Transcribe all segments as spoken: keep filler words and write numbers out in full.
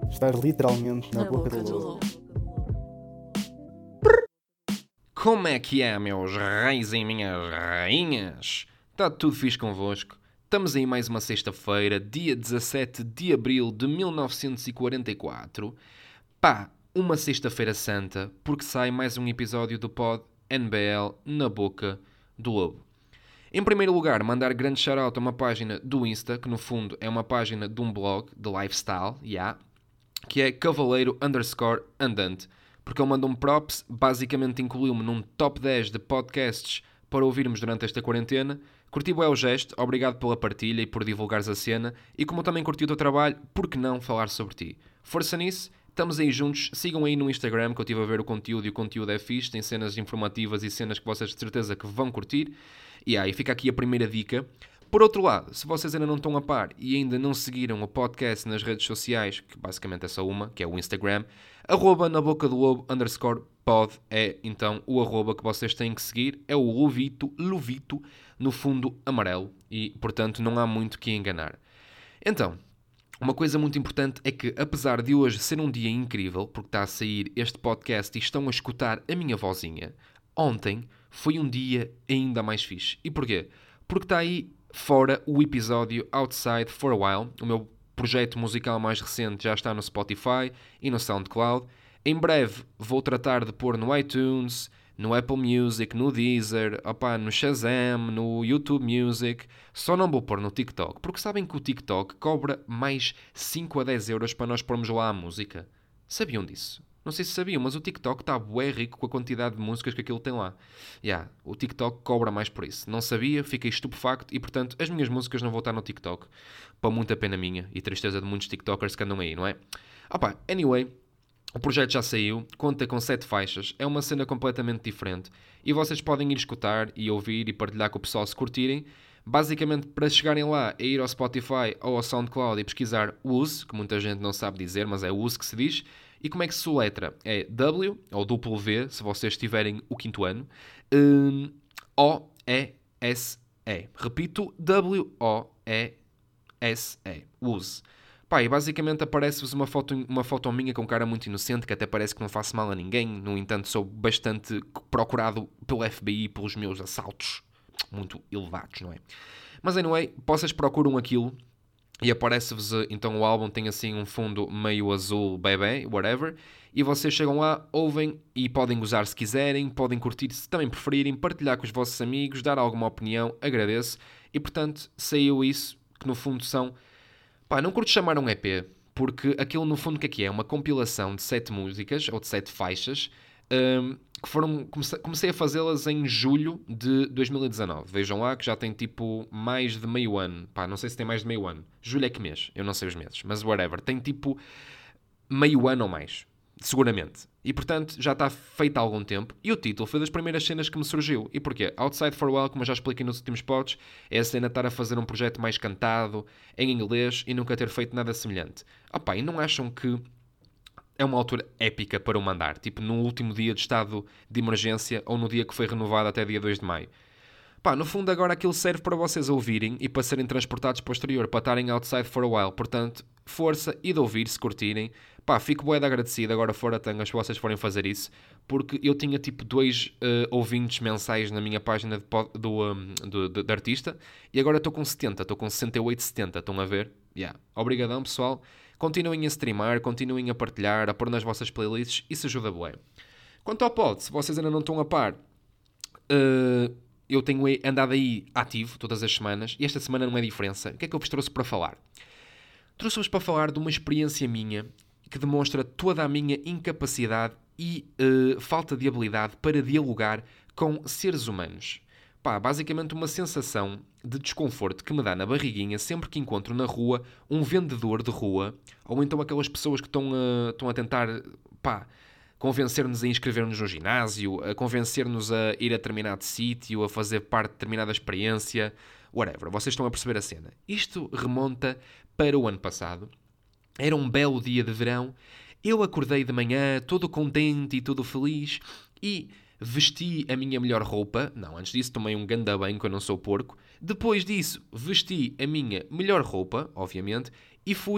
Estar literalmente na, na boca, boca do lobo. Como é que é, meus reis e minhas rainhas? Está tudo fixe convosco? Estamos aí mais uma sexta-feira, dia dezassete de abril de mil novecentos e quarenta e quatro. Pá, uma sexta-feira santa, porque sai mais um episódio do pod N B L na boca do lobo. Em primeiro lugar, mandar grande shout-out a uma página do Insta, que no fundo é uma página de um blog de lifestyle, yeah, que é cavaleiro underscore andante. Porque ele mandou-me props, basicamente incluiu-me num top dez de podcasts para ouvirmos durante esta quarentena. Curti bué o gesto, obrigado pela partilha e por divulgares a cena. E como eu também curti o teu trabalho, por que não falar sobre ti? Força nisso, estamos aí juntos, sigam aí no Instagram que eu estive a ver o conteúdo e o conteúdo é fixe, tem cenas informativas e cenas que vocês de certeza que vão curtir. E aí fica aqui a primeira dica. Por outro lado, se vocês ainda não estão a par e ainda não seguiram o podcast nas redes sociais, que basicamente é só uma, que é o Instagram, arroba na boca do lobo underscore pod é então o arroba que vocês têm que seguir, é o Luvito, Luvito, no fundo amarelo, e portanto não há muito que enganar. Então, uma coisa muito importante é que, apesar de hoje ser um dia incrível, porque está a sair este podcast e estão a escutar a minha vozinha, ontem foi um dia ainda mais fixe. E porquê? Porque está aí fora o episódio Outside for a While, o meu projeto musical mais recente já está no Spotify e no SoundCloud. Em breve vou tratar de pôr no iTunes, no Apple Music, no Deezer, opa, no Shazam, no YouTube Music. Só não vou pôr no TikTok, porque sabem que o TikTok cobra mais cinco a dez euros para nós pormos lá a música. Sabiam disso? Não sei se sabiam, mas o TikTok está bué rico com a quantidade de músicas que aquilo tem lá. Yeah, o TikTok cobra mais por isso. Não sabia, fiquei estupefacto e, portanto, as minhas músicas não vão estar no TikTok. Para muita pena minha e tristeza de muitos TikTokers que andam aí, não é? Opa, anyway, o projeto já saiu, conta com sete faixas, é uma cena completamente diferente e vocês podem ir escutar e ouvir e partilhar com o pessoal se curtirem. Basicamente, para chegarem lá, é ir ao Spotify ou ao SoundCloud e pesquisar W, que muita gente não sabe dizer, mas é W que se diz. E como é que se soletra? É W, ou W, se vocês tiverem o quinto ano, um, O E S E. Repito, W O E S E. Use. Pá, e basicamente aparece-vos uma foto, uma foto minha com cara muito inocente, que até parece que não faço mal a ninguém. No entanto, sou bastante procurado pelo F B I pelos meus assaltos muito elevados, não é? Mas, anyway, vocês procuram aquilo e aparece-vos, então o álbum tem assim um fundo meio azul, bebê, whatever, e vocês chegam lá, ouvem e podem gozar se quiserem, podem curtir se também preferirem, partilhar com os vossos amigos, dar alguma opinião, agradeço. E portanto, saiu isso, que no fundo são... Pá, não curto chamar um E P, porque aquilo no fundo o que é que é? Uma compilação de sete músicas, ou de sete faixas, um, que foram, comecei, comecei a fazê-las em julho de dois mil e dezanove. Vejam lá que já tem tipo mais de meio ano. Pá, não sei se tem mais de meio ano. Julho é que mês? Eu não sei os meses, mas whatever. Tem tipo meio ano ou mais, seguramente. E portanto já está feito há algum tempo. E o título foi das primeiras cenas que me surgiu. E porquê? Outside for a While, como eu já expliquei nos últimos pods, é a cena de estar a fazer um projeto mais cantado, em inglês, e nunca ter feito nada semelhante. Opá, e não acham que é uma altura épica para o mandar? Tipo, no último dia de estado de emergência ou no dia que foi renovado até dia dois de maio. Pá, no fundo agora aquilo serve para vocês ouvirem e para serem transportados para o exterior, para estarem outside for a while. Portanto, força e de ouvir, se curtirem. Pá, fico bué de agradecido agora fora tangas se vocês forem fazer isso, porque eu tinha tipo dois uh, ouvintes mensais na minha página de, do, um, do, de, de artista e agora estou com setenta, estou com sessenta e oito, setenta, estão a ver? Yeah. Obrigadão, pessoal. Continuem a streamar, continuem a partilhar, a pôr nas vossas playlists, isso ajuda bué. Quanto ao pod, se vocês ainda não estão a par, uh, eu tenho andado aí ativo todas as semanas e esta semana não é diferença. O que é que eu vos trouxe para falar? Trouxe-vos para falar de uma experiência minha que demonstra toda a minha incapacidade e uh, falta de habilidade para dialogar com seres humanos. Pá, basicamente uma sensação de desconforto que me dá na barriguinha sempre que encontro na rua um vendedor de rua ou então aquelas pessoas que estão a, estão a tentar, pá, convencer-nos a inscrever-nos no ginásio, a convencer-nos a ir a determinado sítio, a fazer parte de determinada experiência, whatever. Vocês estão a perceber a cena. Isto remonta para o ano passado. Era um belo dia de verão. Eu acordei de manhã todo contente e todo feliz e vesti a minha melhor roupa. Não, antes disso tomei um ganda banho, que eu não sou porco. Depois disso, vesti a minha melhor roupa, obviamente, e fui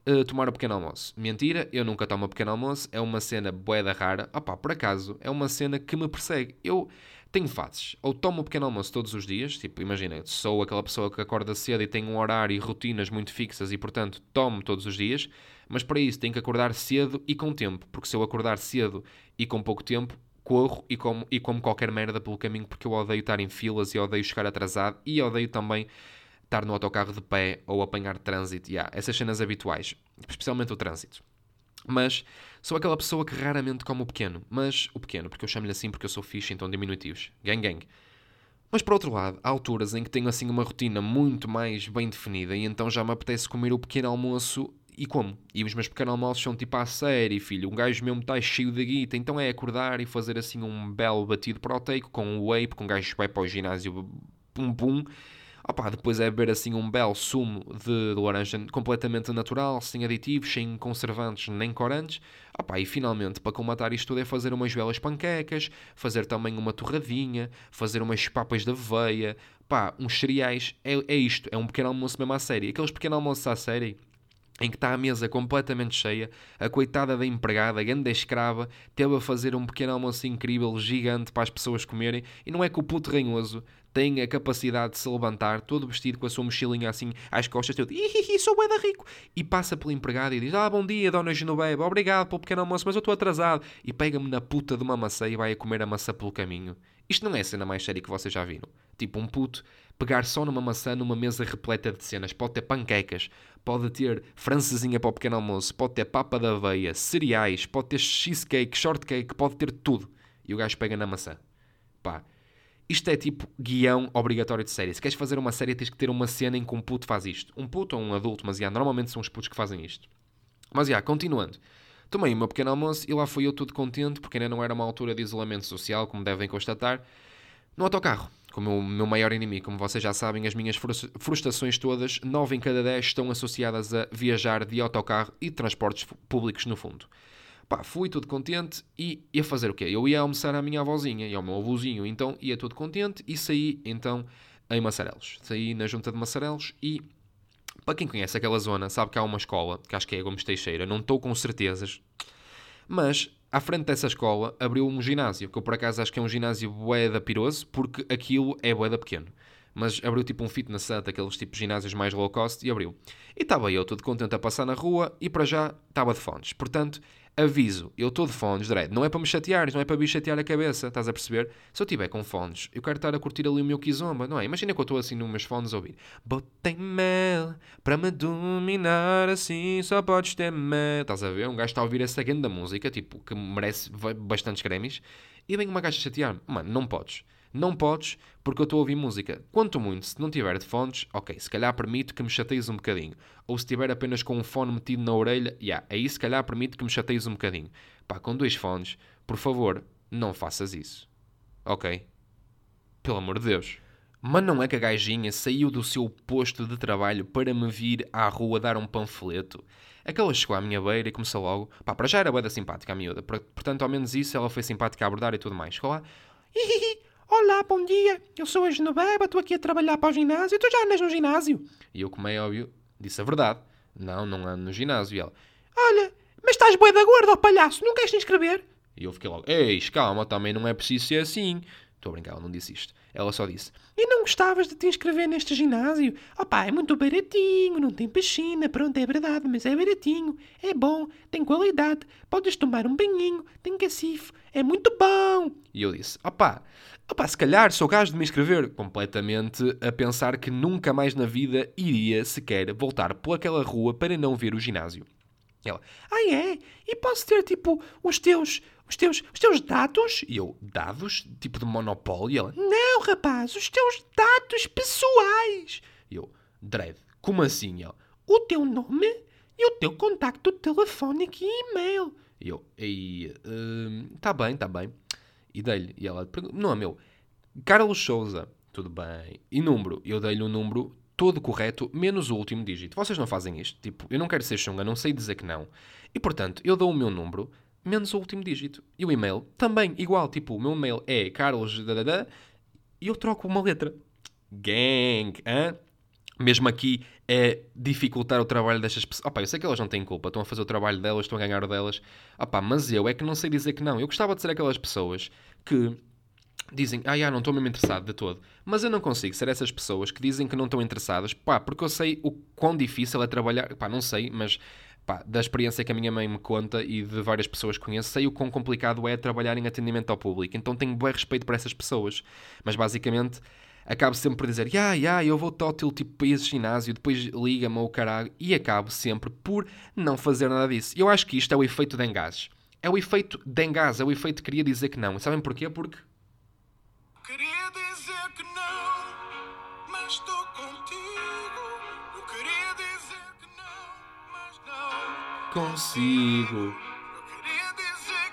uh, tomar o pequeno almoço. Mentira, eu nunca tomo o pequeno almoço, é uma cena bué da rara. Opá, por acaso, é uma cena que me persegue. Eu tenho fases, ou tomo o pequeno almoço todos os dias, tipo, imagina, sou aquela pessoa que acorda cedo e tem um horário e rotinas muito fixas e, portanto, tomo todos os dias, mas para isso tenho que acordar cedo e com tempo, porque se eu acordar cedo e com pouco tempo, corro e como, e como qualquer merda pelo caminho, porque eu odeio estar em filas e odeio chegar atrasado e odeio também estar no autocarro de pé ou apanhar trânsito. Yeah, essas cenas habituais, especialmente o trânsito. Mas sou aquela pessoa que raramente come o pequeno. Mas o pequeno, porque eu chamo-lhe assim porque eu sou fixe, então diminutivos. Gang, gang. Mas por outro lado, há alturas em que tenho assim uma rotina muito mais bem definida e então já me apetece comer o pequeno almoço e como. E os meus pequenos almoços são tipo à série, filho. Um gajo mesmo está cheio de guita, então é acordar e fazer assim um belo batido proteico com um whey, porque um gajo vai para o ginásio pum pum. Opa, depois é beber assim um belo sumo de, de laranja completamente natural, sem aditivos, sem conservantes nem corantes. Opa, e finalmente, para colmatar isto tudo, é fazer umas belas panquecas, fazer também uma torradinha, fazer umas papas de aveia, pá, uns cereais. É, é isto, é um pequeno almoço mesmo à série. Aqueles pequenos almoços à série em que está a mesa completamente cheia, a coitada da empregada, a grande escrava, teve a fazer um pequeno almoço incrível, gigante, para as pessoas comerem, e não é que o puto ranhoso tem a capacidade de se levantar, todo vestido com a sua mochilinha assim às costas, todo, hihihi, sou bué da rico, e passa pela empregada e diz, ah, bom dia, dona Genoveva, obrigado pelo pequeno almoço, mas eu estou atrasado, e pega-me na puta de uma maçã e vai a comer a maçã pelo caminho. Isto não é a cena mais séria que vocês já viram. Tipo, um puto pegar só numa maçã numa mesa repleta de cenas. Pode ter panquecas, pode ter francesinha para o pequeno almoço, pode ter papa da aveia, cereais, pode ter cheesecake, shortcake, pode ter tudo. E o gajo pega na maçã. Pá, isto é tipo guião obrigatório de série. Se queres fazer uma série, tens que ter uma cena em que um puto faz isto. Um puto ou um adulto, mas já, normalmente são os putos que fazem isto. Mas já, continuando. Tomei o meu pequeno almoço e lá fui eu todo contente, porque ainda não era uma altura de isolamento social, como devem constatar, no autocarro. Como o meu maior inimigo, como vocês já sabem, as minhas frustrações todas, nove em cada dez, estão associadas a viajar de autocarro e de transportes públicos no fundo. Pá, fui todo contente e ia fazer o quê? Eu ia almoçar à minha avózinha e ao meu avôzinho, então ia todo contente e saí então em Massarelos. Saí na junta de Massarelos e, para quem conhece aquela zona, sabe que há uma escola, que acho que é a Gomes Teixeira, não estou com certezas, mas à frente dessa escola abriu um ginásio, que eu por acaso acho que é um ginásio bué da piroso, porque aquilo é bué da pequeno. Mas abriu tipo um fitness center, aqueles tipos de ginásios mais low cost, e abriu. E estava eu todo contente a passar na rua e para já estava de fones. Portanto, aviso, eu estou de fones, dread. Não é para me chatear, não é para me chatear a cabeça, estás a perceber? Se eu estiver com fones, eu quero estar a curtir ali o meu kizomba, não é? Imagina que eu estou assim nos meus fones a ouvir. Botei mel para me dominar assim, só podes ter mel. Estás a ver? Um gajo está a ouvir essa grande música, tipo, que merece bastantes Grammys, e vem uma gaja chatear-me. Mano, não podes. Não podes, porque eu estou a ouvir música. Quanto muito, se não tiver de fones, ok, se calhar permito que me chateies um bocadinho. Ou se tiver apenas com um fone metido na orelha, yeah, aí se calhar permito que me chateies um bocadinho. Pá, com dois fones, por favor, não faças isso. Ok? Pelo amor de Deus. Mas não é que a gajinha saiu do seu posto de trabalho para me vir à rua dar um panfleto. Aquela chegou à minha beira e começou logo... Pá, para já era bué da simpática a miúda. Portanto, ao menos isso, ela foi simpática a abordar e tudo mais. Chegou lá... Hihihi. Olá, bom dia, eu sou a Genoveva, estou aqui a trabalhar para o ginásio, tu já andas no ginásio? E eu, como é óbvio, disse a verdade. Não, não ando no ginásio. E ela, olha, mas estás bué da gorda, ó palhaço, não queres te inscrever? E eu fiquei logo, ei, calma, também não é preciso ser assim. Estou a brincar, ela não disse isto. Ela só disse, e não gostavas de te inscrever neste ginásio? Opá, é muito baratinho, não tem piscina, pronto, é verdade, mas é baratinho, é bom, tem qualidade, podes tomar um banhinho, tem cacifo, é muito bom. E eu disse, opá, opá, se calhar sou gajo de me inscrever, completamente a pensar que nunca mais na vida iria sequer voltar por aquela rua para não ver o ginásio. Ela, ah é? E posso ter, tipo, os teus, os teus, os teus dados? E eu, dados? Tipo de monopólio? E ela, não, rapaz, os teus dados pessoais. E eu, dread, como assim? E ela, o teu nome e o teu contacto telefónico e e-mail. E eu, ei, hum, tá bem, tá bem. E dei-lhe, e ela, não é meu, Carlos Sousa, tudo bem. E número, eu dei-lhe um número todo correto, menos o último dígito. Vocês não fazem isto. Tipo, eu não quero ser chunga, não sei dizer que não. E, portanto, eu dou o meu número, menos o último dígito. E o e-mail, também, igual. Tipo, o meu e-mail é carlos... E eu troco uma letra. Gang, hã? mesmo aqui é dificultar o trabalho destas pessoas. Opa, eu sei que elas não têm culpa, estão a fazer o trabalho delas, estão a ganhar o delas. Opa, mas eu é que não sei dizer que não. Eu gostava de ser aquelas pessoas que dizem, ah, já, não estou mesmo interessado de todo. Mas eu não consigo ser essas pessoas que dizem que não estão interessadas, pá, porque eu sei o quão difícil é trabalhar, pá, não sei, mas pá, da experiência que a minha mãe me conta e de várias pessoas que conheço, sei o quão complicado é trabalhar em atendimento ao público. Então tenho bem respeito por essas pessoas. Mas basicamente acabo sempre por dizer, ya, ya, eu vou tótil tipo para esse ginásio, depois liga-me ao caralho, e acabo sempre por não fazer nada disso. Eu acho que isto é o efeito de engás. É o efeito de engás, é o efeito de queria dizer que não. E sabem porquê? Porque Queria dizer que não, mas estou contigo. Eu queria dizer que não, mas não consigo, Eu queria dizer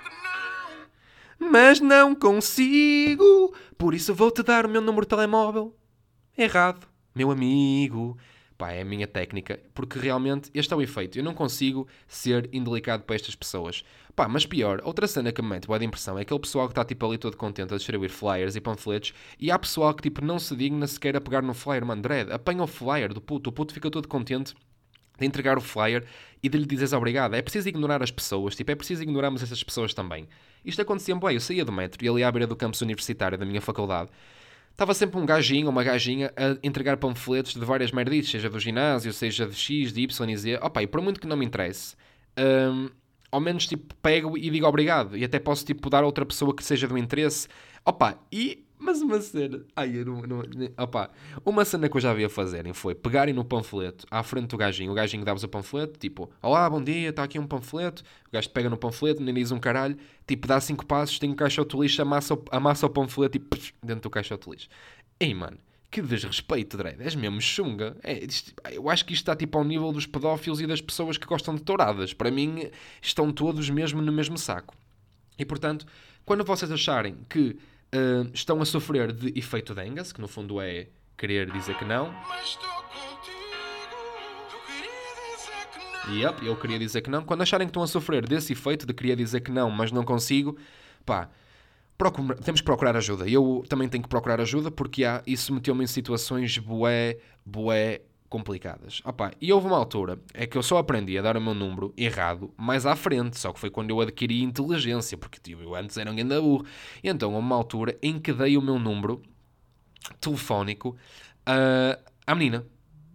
que não. mas não consigo. Por isso vou-te dar o meu número de telemóvel. Errado, meu amigo. Pá, é a minha técnica, porque realmente este é o efeito. Eu não consigo ser indelicado para estas pessoas. Pá, mas pior, outra cena que me mete boa de impressão é aquele pessoal que está tipo ali todo contente a distribuir flyers e panfletos, e há pessoal que tipo não se digna sequer a pegar no flyer, mano, Dredd, apanha o flyer do puto, o puto fica todo contente de entregar o flyer e de lhe dizeres obrigado. É preciso ignorar as pessoas, tipo, é preciso ignorarmos essas pessoas também. Isto acontecia, bem, eu saía do metro e ali à beira do campus universitário da minha faculdade, estava sempre um gajinho ou uma gajinha a entregar panfletos de várias merdices, seja do ginásio, seja de X, de Y e Z. Opa, e por muito que não me interesse, hum, ao menos tipo pego e digo obrigado. E até posso tipo dar a outra pessoa que seja do interesse. Opa, e... Mas uma cena... Ai, eu não... não opa, uma cena que eu já vi a fazerem foi pegarem no panfleto à frente do gajinho. O gajinho dava-vos o panfleto, tipo... Olá, bom dia, está aqui um panfleto. O gajo pega no panfleto, nem diz um caralho. Tipo, dá cinco passos, tem um caixote de lixo, amassa, amassa o panfleto e... Psh, dentro do caixote de lixo. Ei, mano... Que desrespeito, Dredd. És mesmo chunga. É, isto, eu acho que isto está tipo ao nível dos pedófilos e das pessoas que gostam de touradas. Para mim, estão todos mesmo no mesmo saco. E, portanto, quando vocês acharem que uh, estão a sofrer de efeito Dengas, que no fundo é querer dizer que não... Mas estou contigo. Eu queria dizer que não. Yep, eu queria dizer que não. Quando acharem que estão a sofrer desse efeito de queria dizer que não, mas não consigo, pá... Procura, temos que procurar ajuda. Eu também tenho que procurar ajuda porque há, isso meteu-me em situações bué, bué complicadas. Opa, e houve uma altura é que eu só aprendi a dar o meu número errado mais à frente, só que foi quando eu adquiri inteligência, porque tipo, eu antes era um grande burro. E então houve uma altura em que dei o meu número telefónico uh, à menina.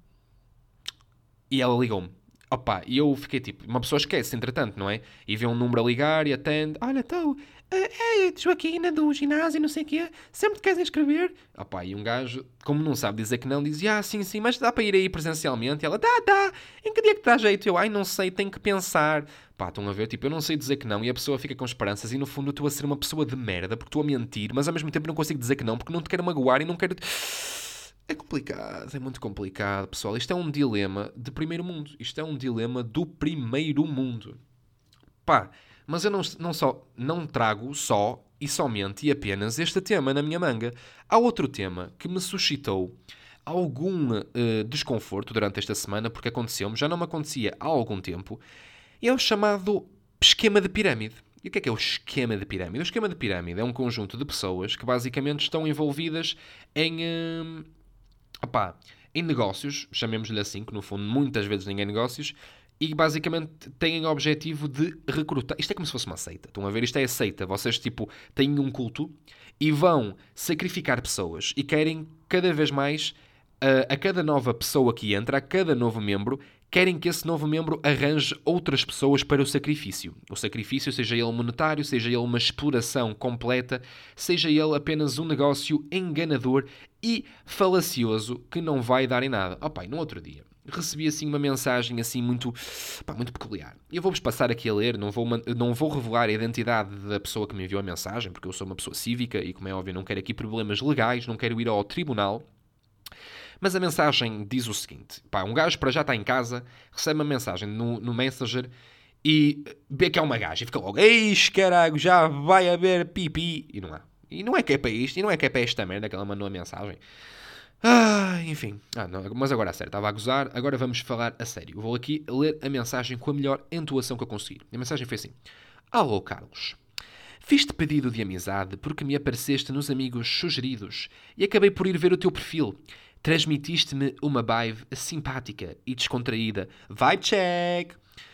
E ela ligou-me. Opa, e eu fiquei tipo, uma pessoa esquece, entretanto, não é? E vê um número a ligar e atende. Olha, então, é Joaquina do ginásio, não sei o quê, sempre te queres inscrever? Opa, e um gajo, como não sabe dizer que não, diz, ah, sim, sim, mas dá para ir aí presencialmente? E ela, dá, dá, em que dia que dá jeito? Eu, ai, não sei, tenho que pensar. Pá, estão a ver, tipo, eu não sei dizer que não, e a pessoa fica com esperanças, e no fundo eu estou a ser uma pessoa de merda, porque estou a mentir, mas ao mesmo tempo não consigo dizer que não, porque não te quero magoar e não quero... É complicado, é muito complicado, pessoal. Isto é um dilema de primeiro mundo. Isto é um dilema do primeiro mundo. Pá, mas eu não, não, só, não trago só e somente e apenas este tema na minha manga. Há outro tema que me suscitou algum uh, desconforto durante esta semana, porque aconteceu-me, já não me acontecia há algum tempo, e é o chamado esquema de pirâmide. E o que é que é o esquema de pirâmide? O esquema de pirâmide é um conjunto de pessoas que basicamente estão envolvidas em... Uh, Opá, em negócios, chamemos-lhe assim, que no fundo muitas vezes ninguém negócios, e basicamente têm o objetivo de recrutar. Isto é como se fosse uma seita. Estão a ver? Isto é a seita. Vocês, tipo, têm um culto e vão sacrificar pessoas e querem cada vez mais, a, a cada nova pessoa que entra, a cada novo membro, querem que esse novo membro arranje outras pessoas para o sacrifício. O sacrifício, seja ele monetário, seja ele uma exploração completa, seja ele apenas um negócio enganador e falacioso que não vai dar em nada. Opa, e no outro dia recebi assim uma mensagem assim muito, pá, muito peculiar. Eu vou-vos passar aqui a ler, não vou, não vou revelar a identidade da pessoa que me enviou a mensagem, porque eu sou uma pessoa cívica e, como é óbvio, não quero aqui problemas legais, não quero ir ao tribunal. Mas a mensagem diz o seguinte. Pá, um gajo para já está em casa, recebe uma mensagem no, no Messenger e vê que é uma gaja e fica logo, eis caralho, já vai haver pipi. E não há. E não é que é para isto, e não é que é para esta merda que ela mandou a mensagem. Ah, enfim. Ah, não, mas agora a sério, estava a gozar, agora vamos falar a sério. Eu vou aqui ler a mensagem com a melhor entoação que eu consegui. A mensagem foi assim. Alô, Carlos. Fiz-te pedido de amizade porque me apareceste nos amigos sugeridos e acabei por ir ver o teu perfil. Transmitiste-me uma vibe simpática e descontraída. Vibe check!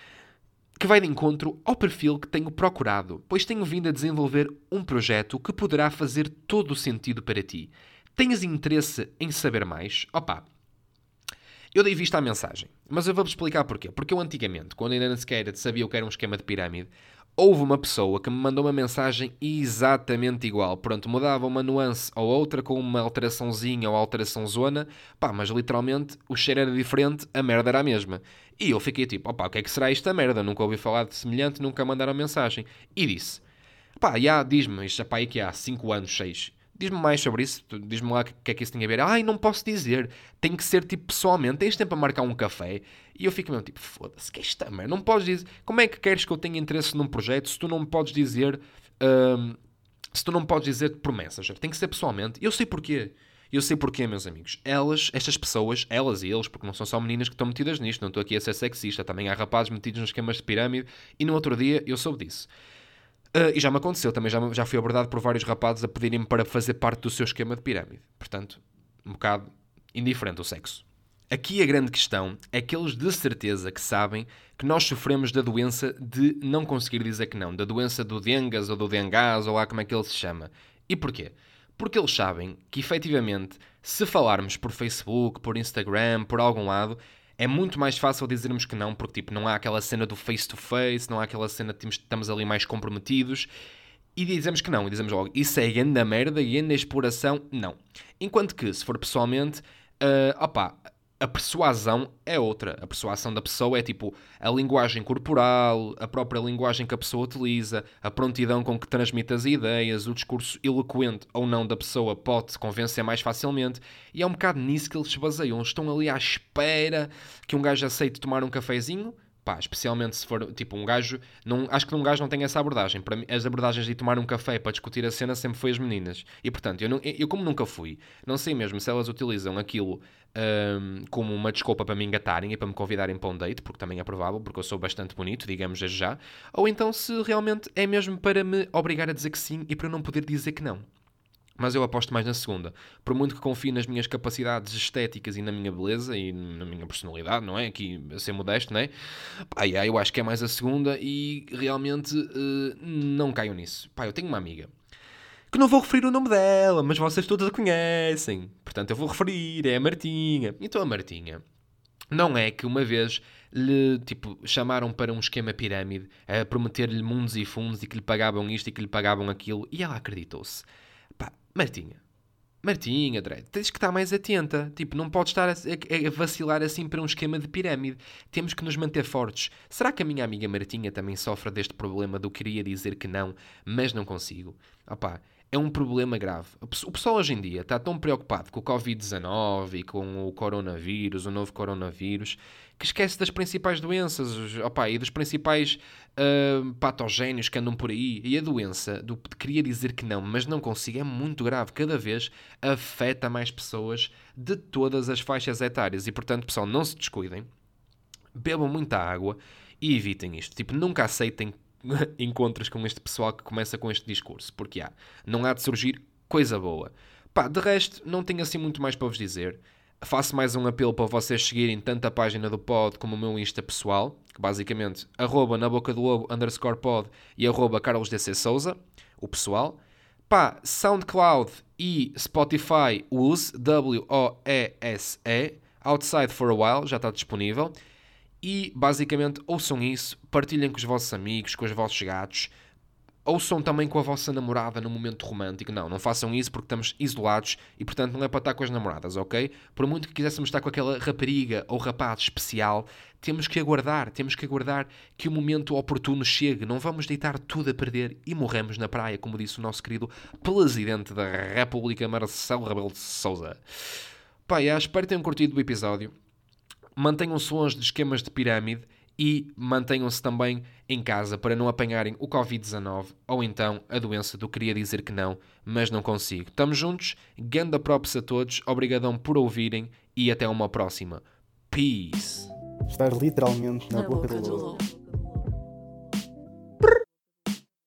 Que vai de encontro ao perfil que tenho procurado, pois tenho vindo a desenvolver um projeto que poderá fazer todo o sentido para ti. Tens interesse em saber mais? Opa, eu dei vista à mensagem, mas eu vou-vos explicar porquê. Porque eu antigamente, quando ainda nem sequer sabia o que era um esquema de pirâmide, houve uma pessoa que me mandou uma mensagem exatamente igual. Pronto, mudava uma nuance ou outra com uma alteraçãozinha ou alteração zona, pá, mas literalmente o cheiro era diferente, a merda era a mesma. E eu fiquei tipo, opá, o que é que será esta merda? Nunca ouvi falar de semelhante, nunca mandaram mensagem. E disse, pá, já, diz-me, isto já pá, aí que há cinco anos, seis. Diz-me mais sobre isso, diz-me lá o que é que isso tem a ver. Ai, não posso dizer, tem que ser tipo pessoalmente, tens tempo a marcar um café. E eu fico mesmo tipo, foda-se, que é esta merda? Não podes dizer, como é que queres que eu tenha interesse num projeto se tu não me podes dizer, hum, se tu não me podes dizer promessas? Tem que ser pessoalmente. E eu sei porquê. Eu sei porquê, meus amigos. Elas, estas pessoas, elas e eles, porque não são só meninas que estão metidas nisto, não estou aqui a ser sexista, também há rapazes metidos nos esquemas de pirâmide, e no outro dia eu soube disso. Uh, e já me aconteceu, também já, já fui abordado por vários rapazes a pedirem-me para fazer parte do seu esquema de pirâmide. Portanto, um bocado indiferente o sexo. Aqui a grande questão é que eles de certeza que sabem que nós sofremos da doença de não conseguir dizer que não, da doença do Dengas ou do Dengás, ou lá como é que ele se chama. E porquê? Porque eles sabem que, efetivamente, se falarmos por Facebook, por Instagram, por algum lado, é muito mais fácil dizermos que não, porque tipo, não há aquela cena do face-to-face, não há aquela cena de que estamos ali mais comprometidos, e dizemos que não, e dizemos logo, isso é grande merda, grande exploração, não. Enquanto que, se for pessoalmente, uh, opá, a persuasão é outra. A persuasão da pessoa é tipo a linguagem corporal, a própria linguagem que a pessoa utiliza, a prontidão com que transmite as ideias, o discurso eloquente ou não da pessoa pode convencer mais facilmente. E é um bocado nisso que eles se baseiam. Estão ali à espera que um gajo aceite tomar um cafezinho. Pá, especialmente se for, tipo, um gajo... Não, acho que um gajo não tem essa abordagem. Para mim, as abordagens de tomar um café para discutir a cena sempre foi as meninas. E, portanto, eu, não, eu como nunca fui, não sei mesmo se elas utilizam aquilo hum, como uma desculpa para me engatarem e para me convidarem para um date, porque também é provável, porque eu sou bastante bonito, digamos desde já, ou então se realmente é mesmo para me obrigar a dizer que sim e para eu não poder dizer que não. Mas eu aposto mais na segunda. Por muito que confie nas minhas capacidades estéticas e na minha beleza e na minha personalidade, não é? Aqui, a ser modesto, não é? Pá, yeah, eu acho que é mais a segunda e realmente uh, não caio nisso. Pá, eu tenho uma amiga que não vou referir o nome dela, mas vocês todos a conhecem. Portanto, eu vou referir, é a Martinha. Então a Martinha, não é que uma vez lhe, tipo, chamaram para um esquema pirâmide a prometer-lhe mundos e fundos e que lhe pagavam isto e que lhe pagavam aquilo e ela acreditou-se. Pá, Martinha, Martinha, Dredd, tens que estar mais atenta. Tipo, não podes estar a, a, a vacilar assim para um esquema de pirâmide. Temos que nos manter fortes. Será que a minha amiga Martinha também sofre deste problema do queria dizer que não, mas não consigo? Opá, é um problema grave. O pessoal hoje em dia está tão preocupado com o covid dezanove e com o coronavírus, o novo coronavírus, que esquece das principais doenças, opa, e dos principais uh, patogénios que andam por aí. E a doença do queria dizer que não, mas não consigo, é muito grave. Cada vez afeta mais pessoas de todas as faixas etárias. E, portanto, pessoal, não se descuidem, bebam muita água e evitem isto. Tipo, nunca aceitem encontros com este pessoal que começa com este discurso, porque há, não há de surgir coisa boa. Pá, de resto, não tenho assim muito mais para vos dizer. Faço mais um apelo para vocês seguirem tanto a página do pod como o meu Insta pessoal, que basicamente, arroba na boca do lobo, underscore pod e arroba Carlos D C Souza, o pessoal. Pá, SoundCloud e Spotify, use, W O E S E, Outside for a While, já está disponível. E, basicamente, ouçam isso, partilhem com os vossos amigos, com os vossos gatos, ouçam também com a vossa namorada no momento romântico. Não, não façam isso porque estamos isolados e, portanto, não é para estar com as namoradas, ok? Por muito que quiséssemos estar com aquela rapariga ou rapaz especial, temos que aguardar, temos que aguardar que o momento oportuno chegue. Não vamos deitar tudo a perder e morremos na praia, como disse o nosso querido Presidente da República, Marcelo Rebelo de Sousa. Pá, já, espero que tenham curtido o episódio. Mantenham-se longe de esquemas de pirâmide e mantenham-se também em casa para não apanharem o covid dezanove ou então a doença do queria dizer que não, mas não consigo. Estamos juntos, ganda props a todos, obrigadão por ouvirem e até uma próxima. Peace! Estar literalmente na, Na boca, boca do do lobo. lobo.